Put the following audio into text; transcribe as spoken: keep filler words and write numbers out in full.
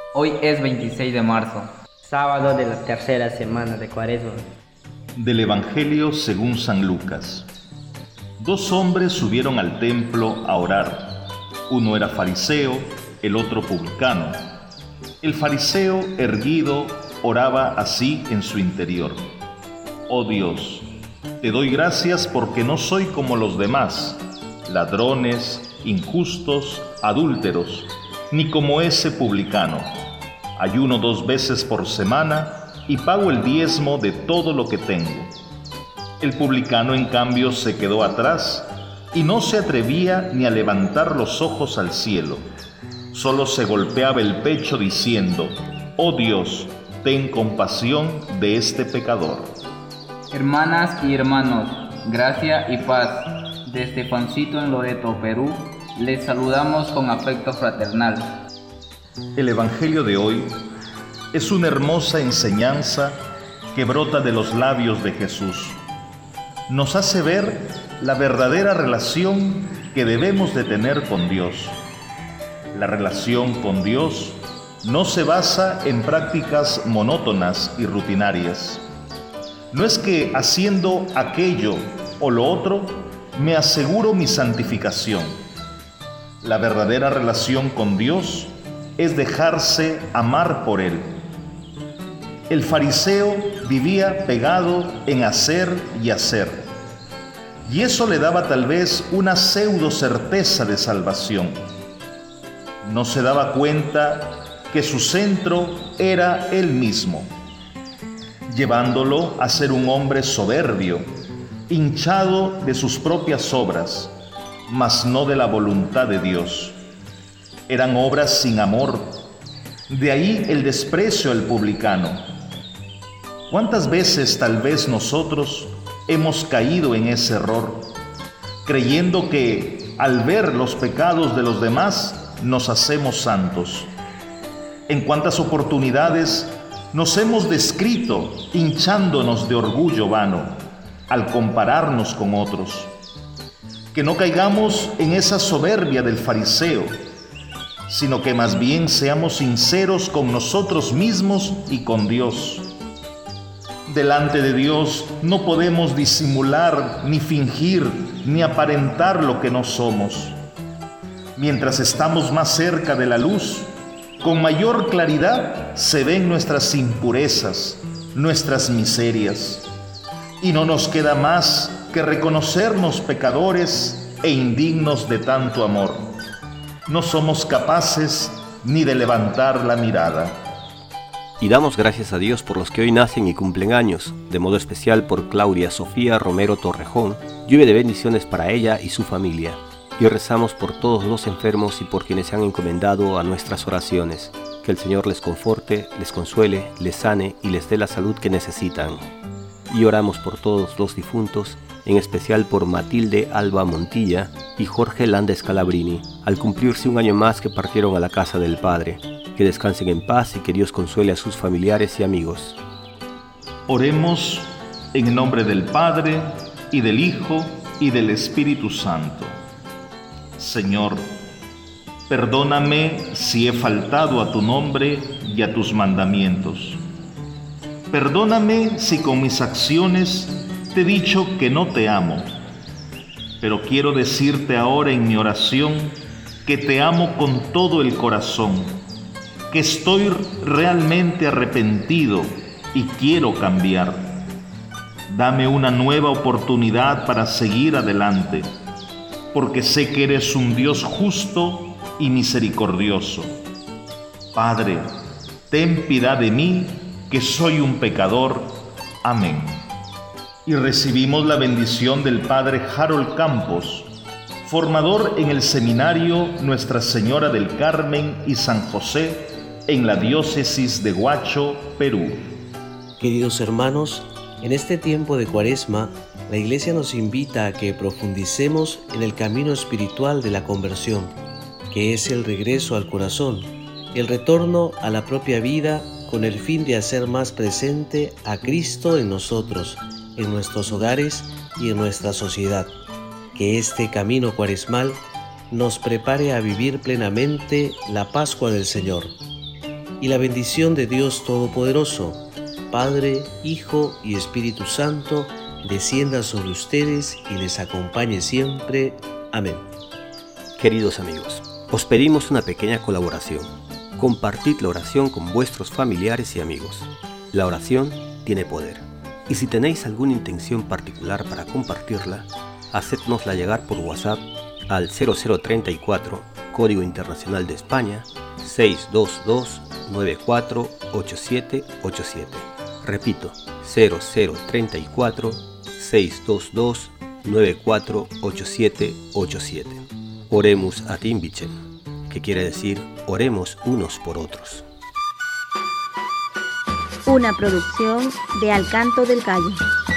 Hoy es veintiséis de marzo. Sábado de la tercera semana de Cuaresma. Del Evangelio según San Lucas. Dos hombres subieron al templo a orar. Uno era fariseo, el otro publicano. El fariseo, erguido, oraba así en su interior: Oh Dios, te doy gracias porque no soy como los demás, ladrones, injustos, adúlteros, ni como ese publicano. Ayuno dos veces por semana y pago el diezmo de todo lo que tengo. El publicano, en cambio, se quedó atrás y no se atrevía ni a levantar los ojos al cielo. Solo se golpeaba el pecho diciendo: Oh Dios, ten compasión de este pecador. Hermanas y hermanos, gracia y paz. Desde Juancito en Loreto, Perú, les saludamos con afecto fraternal. El Evangelio de hoy es una hermosa enseñanza que brota de los labios de Jesús. Nos hace ver la verdadera relación que debemos de tener con Dios. La relación con Dios no se basa en prácticas monótonas y rutinarias. No es que haciendo aquello o lo otro me aseguro mi santificación. La verdadera relación con Dios es dejarse amar por Él. El fariseo vivía pegado en hacer y hacer, y eso le daba tal vez una pseudo certeza de salvación. No se daba cuenta que su centro era Él mismo, llevándolo a ser un hombre soberbio, hinchado de sus propias obras, mas no de la voluntad de Dios. Eran obras sin amor, de ahí el desprecio al publicano. ¿Cuántas veces tal vez nosotros hemos caído en ese error, creyendo que al ver los pecados de los demás nos hacemos santos? ¿En cuántas oportunidades nos hemos descrito hinchándonos de orgullo vano al compararnos con otros? Que no caigamos en esa soberbia del fariseo, sino que más bien seamos sinceros con nosotros mismos y con Dios. Delante de Dios no podemos disimular, ni fingir, ni aparentar lo que no somos. Mientras estamos más cerca de la luz, con mayor claridad se ven nuestras impurezas, nuestras miserias. Y no nos queda más que reconocernos pecadores e indignos de tanto amor. No somos capaces ni de levantar la mirada. Y damos gracias a Dios por los que hoy nacen y cumplen años, de modo especial por Claudia Sofía Romero Torrejón. Lluvia de bendiciones para ella y su familia. Y hoy rezamos por todos los enfermos y por quienes se han encomendado a nuestras oraciones. Que el Señor les conforte, les consuele, les sane y les dé la salud que necesitan. Y oramos por todos los difuntos, en especial por Matilde Alba Montilla y Jorge Landa Scalabrini, al cumplirse un año más que partieron a la casa del Padre. Que descansen en paz y que Dios consuele a sus familiares y amigos. Oremos en el nombre del Padre, y del Hijo, y del Espíritu Santo. Señor, perdóname si he faltado a tu nombre y a tus mandamientos. Perdóname si con mis acciones te he dicho que no te amo, pero quiero decirte ahora en mi oración que te amo con todo el corazón, que estoy realmente arrepentido y quiero cambiar. Dame una nueva oportunidad para seguir adelante, porque sé que eres un Dios justo y misericordioso. Padre, ten piedad de mí, que soy un pecador. Amén. Y recibimos la bendición del Padre Harold Campos, formador en el seminario Nuestra Señora del Carmen y San José, en la diócesis de Huacho, Perú. Queridos hermanos, en este tiempo de Cuaresma, la Iglesia nos invita a que profundicemos en el camino espiritual de la conversión, que es el regreso al corazón, el retorno a la propia vida con el fin de hacer más presente a Cristo en nosotros, en nuestros hogares y en nuestra sociedad. Que este camino cuaresmal nos prepare a vivir plenamente la Pascua del Señor. y la bendición de Dios Todopoderoso, Padre, Hijo y Espíritu Santo, descienda sobre ustedes y les acompañe siempre. Amén. Queridos amigos, os pedimos una pequeña colaboración. Compartid la oración con vuestros familiares y amigos. La oración tiene poder. Y si tenéis alguna intención particular para compartirla, hacednosla llegar por WhatsApp al cero cero treinta y cuatro, Código Internacional de España, seis dos dos nueve cuatro ocho siete ocho siete. Repito, cero cero treinta y cuatro, seis dos dos nueve cuatro ocho siete ocho siete. Oremus ad invicem, que quiere decir oremos unos por otros. Una producción de Alcanto del Cayo.